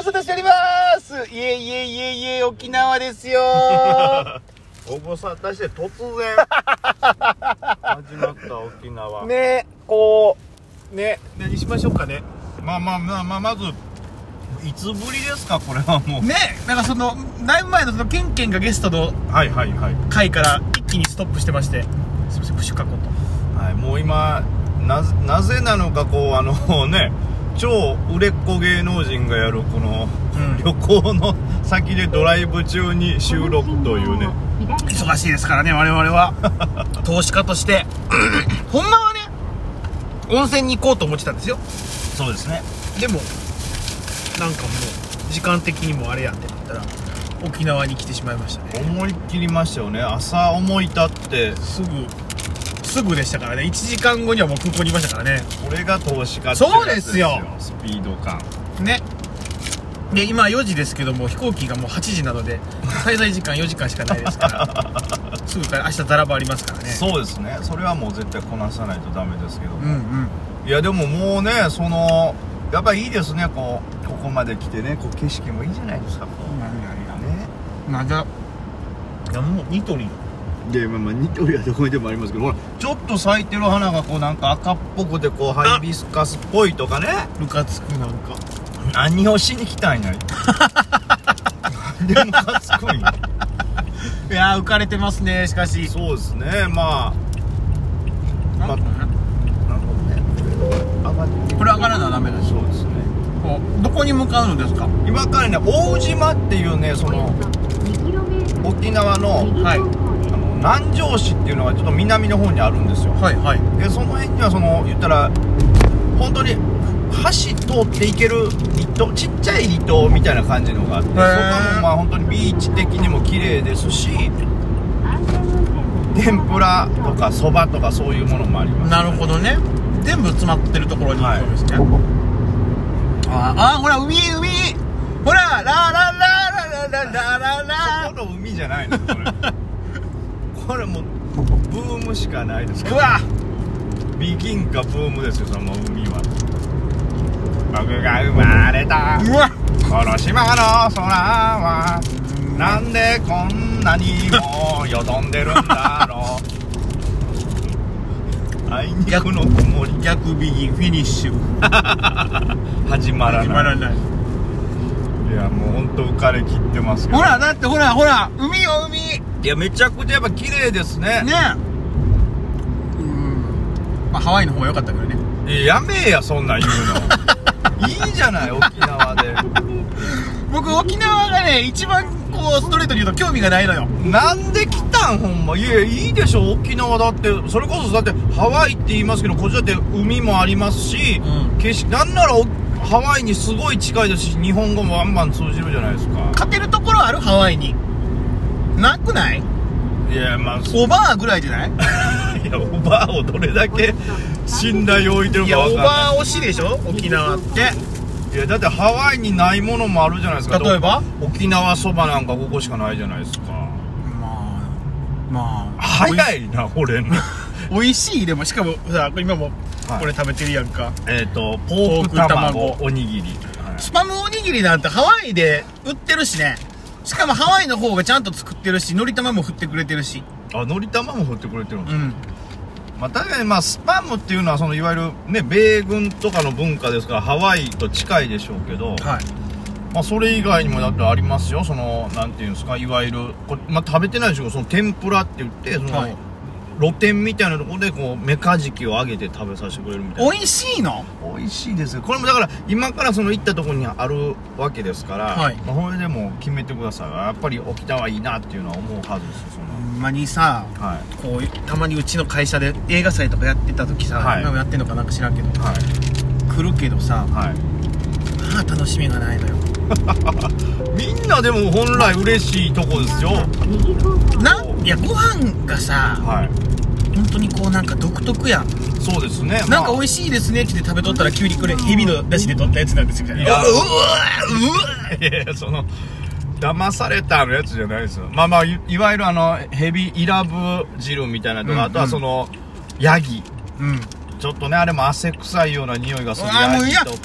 外しております。いえいえいえいえ、沖縄ですよご無沙汰して突然始まった沖縄ね、こうね、何しましょうかね。 まずいつぶりですかこれは。もうね、なんかそのだいぶ前のそのケンケンがゲストの回から一気にストップしてまして、すみません、プッシュ書こうと。 はい、もう今なぜなのかこうね、超売れっ子芸能人がやるこの、旅行の先でドライブ中に収録というね、 忙しいですからね我々は投資家としてほんまはね温泉に行こうと思ってたんですよ。 そうですね。 でもなんかもう時間的にもあれやってなったら沖縄に来てしまいましたね。 思い切りましたよね。朝思い立ってすぐでしたからね。1時間後にはもう空港にいましたからね。 これが投資家ってそうですよ。 スピード感ね。で今4時ですけども、飛行機がもう8時なので滞在時間4時間しかないですからすぐから明日ザラバありますからね。 そうですね。それはもう絶対こなさないとダメですけども、 いやでももうね、そのやっぱりいいですね。ここまで来てね、こう景色もいいじゃないですか。 なんだもうニトリで、ニトリはどこにでもありますけど、ほらちょっと咲いてる花がこうなんか赤っぽくてこうハイビスカスっぽいとかね。 ムカつく。なんか何をしに来たんやでムカつくんやいやー浮かれてますね。しかしそうですね。なるほどね。 これ上がらなダメだし。 そうですね。 どこに向かうのですか？ 今からね、大宇島っていうね、その沖縄の、南城市っていうのがちょっと南の方にあるんですよ。でその辺にはその言ったら本当に橋通っていける離島、ちっちゃい離島みたいな感じのがあって、そこも本当にビーチ的にも綺麗ですし、天ぷらとかそばとかそういうものもあります、ね。 なるほどね。全部詰まってるところに行くんですね。ほら海ほらララララララララ。 そこの海じゃないのこれもうブームしかないですから。 うわビギンかブームですよ、その海は。僕が生まれたこの島の空はなんでこんなにもよどんでるんだろうあいにくの曇り。 逆ビギンフィニッシュ始まらない。いやもうほんと浮かれきってますけど。 ほらだってほら海よ海。 いやめちゃくちゃやっぱ綺麗ですね。 ハワイの方が良かったけどね。 やめえやそんなん言うのいいじゃない沖縄で僕沖縄がね一番こうストレートに言うと興味がないのよ。 なんで来たんほんま。いやいいでしょ沖縄だって。それこそだってハワイって言いますけど、こっちだって海もありますし、景色なんならハワイにすごい近いですし、日本語もバンバン通じるじゃないですか。 勝てるところある？ハワイになくない？ いやオバーぐらいじゃないいやオバーをどれだけ信頼を置いてるか分かんない。 いやオバー推しでしょ沖縄って。 いやだってハワイにないものもあるじゃないですか。 例えば沖縄そばなんかここしかないじゃないですか。早いな俺の美味しい。でもしかもさ今もこれ食べてるやんか。 ポーク卵おにぎり、 スパムおにぎりなんてハワイで売ってるしね。しかもハワイの方がちゃんと作ってるし、のり玉も振ってくれてるし。 のり玉も振ってくれてるんですか。確かにスパムっていうのはそのいわゆるね米軍とかの文化ですからハワイと近いでしょうけど、それ以外にもだってありますよ。そのなんていうんですか、いわゆる食べてないでしょうけど、その天ぷらって言ってその、露店みたいなところでこうメカジキを揚げて食べさせてくれるみたいな。 美味しいの？ 美味しいですよ。これもだから今からその行ったところにあるわけですから、これでも決めてください。やっぱり沖縄いいなっていうのは思うはずですよ。ほんまにさ、こうたまにうちの会社で映画祭とかやってた時さ、今もやってんのかなんか知らんけど、来るけどさ、楽しみがないのよみんなでも本来嬉しいとこですよ。 いやご飯がさ、本当にこうなんか独特やん。 そうですね。 なんか美味しいですねって食べとったら急にこれヘビの出汁で取ったやつなんですよ。いやその騙されたのやつじゃないですよ。いわゆるヘビイラブ汁みたいなとか、あとはそのヤギちょっとねあれも汗臭いような匂いがする。 いやこの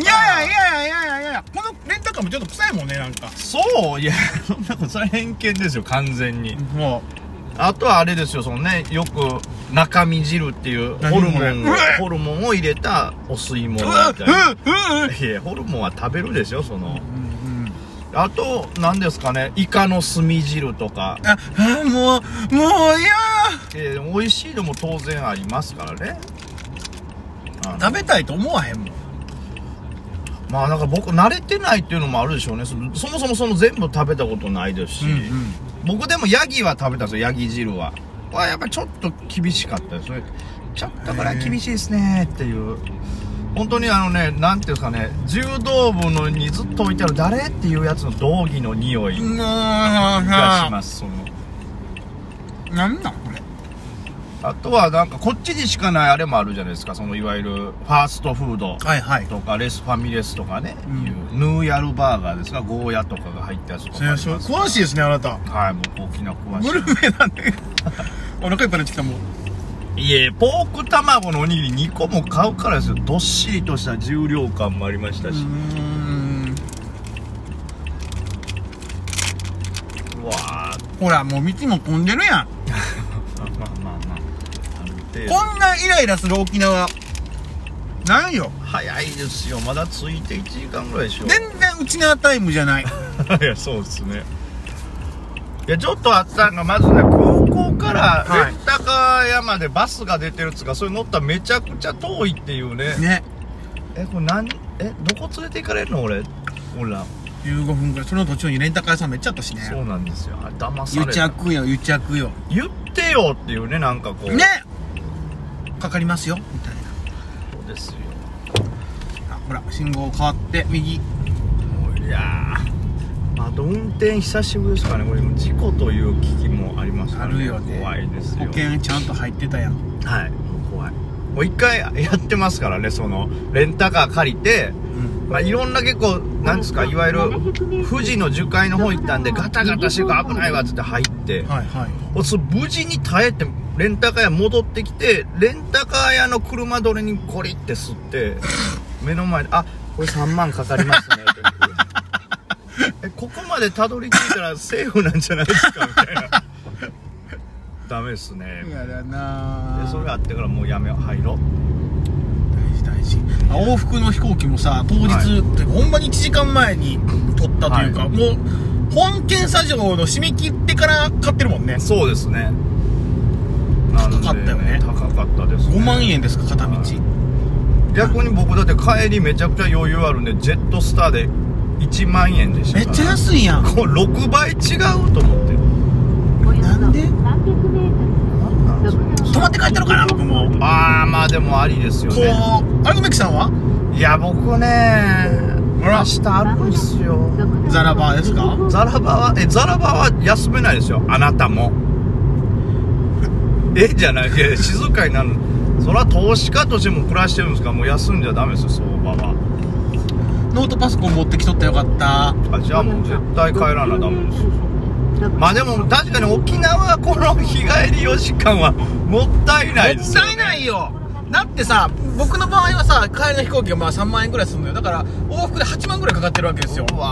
レンタカーもちょっと臭いもんね、なんか。 そう、いやそんなこと、それ偏見ですよ完全に。 もうあとはあれですよ、そのね、よく中身汁っていうホルモンを入れたお吸い物みたいな。いやホルモンは食べるでしょ、その。あと何ですかね、イカの墨汁とか。 もうでも美味しいのも当然ありますからね。 食べたいと思わへんもん。 まあなんか僕慣れてないっていうのもあるでしょうね。そもそもその全部食べたことないですし、僕でもヤギは食べたんですよ、ヤギ汁は。やっぱりちょっと厳しかったです。ちょっとこれは厳しいですねっていう。本当になんていうんですかね、柔道部のにずっと置いてある誰っていうやつの道着の匂いがします。 なんなんこれ。 あとはなんかこっちにしかないあれもあるじゃないですか、そのいわゆるファーストフードとかレスファミレスとかね、いうヌーヤルバーガーですが、ゴーヤとかが入ったやつとかあります。 詳しいですね、あなた。 はい、もう大きな詳しい。 グルメなんでお腹いっぱいになってきたもん。 いえ、ポーク卵のおにぎり2個も買うからですよ。どっしりとした重量感もありましたし。うわー、 ほらもう道も混んでるやん。こんなイライラする沖縄ないよ。 早いですよ、まだ着いて1時間ぐらいでしょ。 全然うちなタイムじゃない。 いやそうですね。いやちょっとあったんが、まずね、空港からレンタカー屋までバスが出てるっつうか、それ乗ったらめちゃくちゃ遠いっていうね。これどこ連れて行かれるの俺ら 15分ぐらい。その途中にレンタカー屋さんめっちゃあったしね。 そうなんですよ、騙された。 癒着よ言ってよっていうね、なんかこうね、かかりますよみたいな。 そうですよ。 ほら信号変わって右。 いやー、あと運転久しぶりですかね。これ事故という危機もありますからね。 あるよね。 怖いですよ。 保険ちゃんと入ってたやん。 はい、怖い。もう一回やってますからね、そのレンタカー借りて、いろんな結構なんですか、いわゆる富士の樹海の方行ったんでガタガタしてるから危ないわっつって入って、無事に耐えてレンタカー屋戻ってきて、レンタカー屋の車どれにゴリって吸って目の前でこれ3万かかりますねってここまでたどり着いたらセーフなんじゃないですかみたいなダメですね。 やだな。 でそれがあってからもうやめよう、入ろう。 大事。往復の飛行機もさ、当日ってほんまに1時間前に取ったというか、もう本検査場の締め切ってから買ってるもんね。 そうですね。 高かったよね。 高かったですね。 5万円ですか、片道。 逆に僕だって帰りめちゃくちゃ余裕あるんで、ジェットスターで1万円でしたから。 めっちゃ安いやん。 これ6倍違うと思って。 なんで泊まって帰ったのかな、僕も。 まあでもありですよね。 アルメキさんは？ いや僕ね、明日あるんですよ。 ザラバーですか？ ザラバは休めないですよ、あなたも。じゃない、静かになる。それは投資家としても暮らしてるんですから、もう休んじゃダメですよ、相場は。 ノートパソコン持ってきとったらよかった。 じゃあもう絶対帰らなダメですよ。まあでも確かに沖縄この日帰り4時間はもったいないですよね。 もったいないよ。だってさ、僕の場合はさ、帰りの飛行機がまあ3万円ぐらいするのよ。だから往復で8万ぐらいかかってるわけですよ。で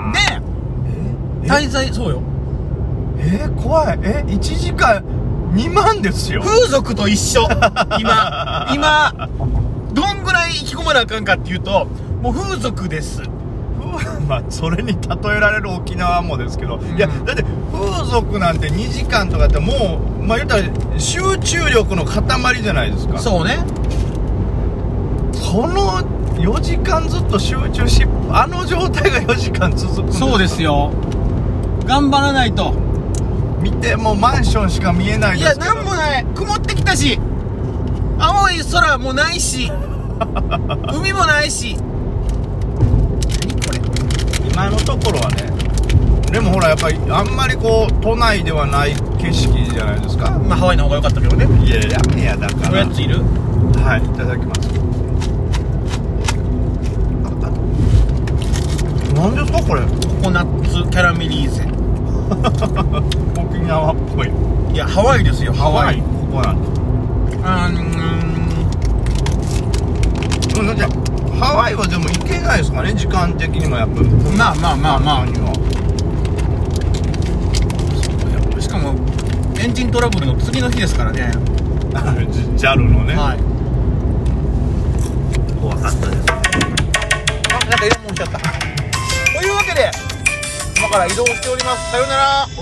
滞在、そうよ。 怖い。1時間2万ですよ。 風俗と一緒。今どんぐらい意気込まなあかんかっていうと、もう風俗です。 まあそれに例えられる沖縄もですけど、いやだって風俗なんて2時間とかってもう言ったら集中力の塊じゃないですか。 そうね。 その4時間ずっと集中し、あの状態が4時間続くんですか。 そうですよ。頑張らないと。 見てもマンションしか見えないですけど。 いやなんもない。曇ってきたし、青い空もないし海もないし。 今のところはね。でもほらやっぱりあんまりこう都内ではない景色じゃないですか。 まあハワイの方が良かったけどね。 いややめやだから。 おやついる？ はい、いただきます。何ですかこれ？ ココナッツキャラメリーゼ。 沖縄っぽい。 いやハワイですよ、ハワイ。 ココナッツ。 回はでも行けないですかね、時間的にもやっぱり。 まあしかもエンジントラブルの次の日ですからね JAL のね、 はい、 怖かったですね。 なんか色もんしちゃったというわけで今から移動しております。さようなら。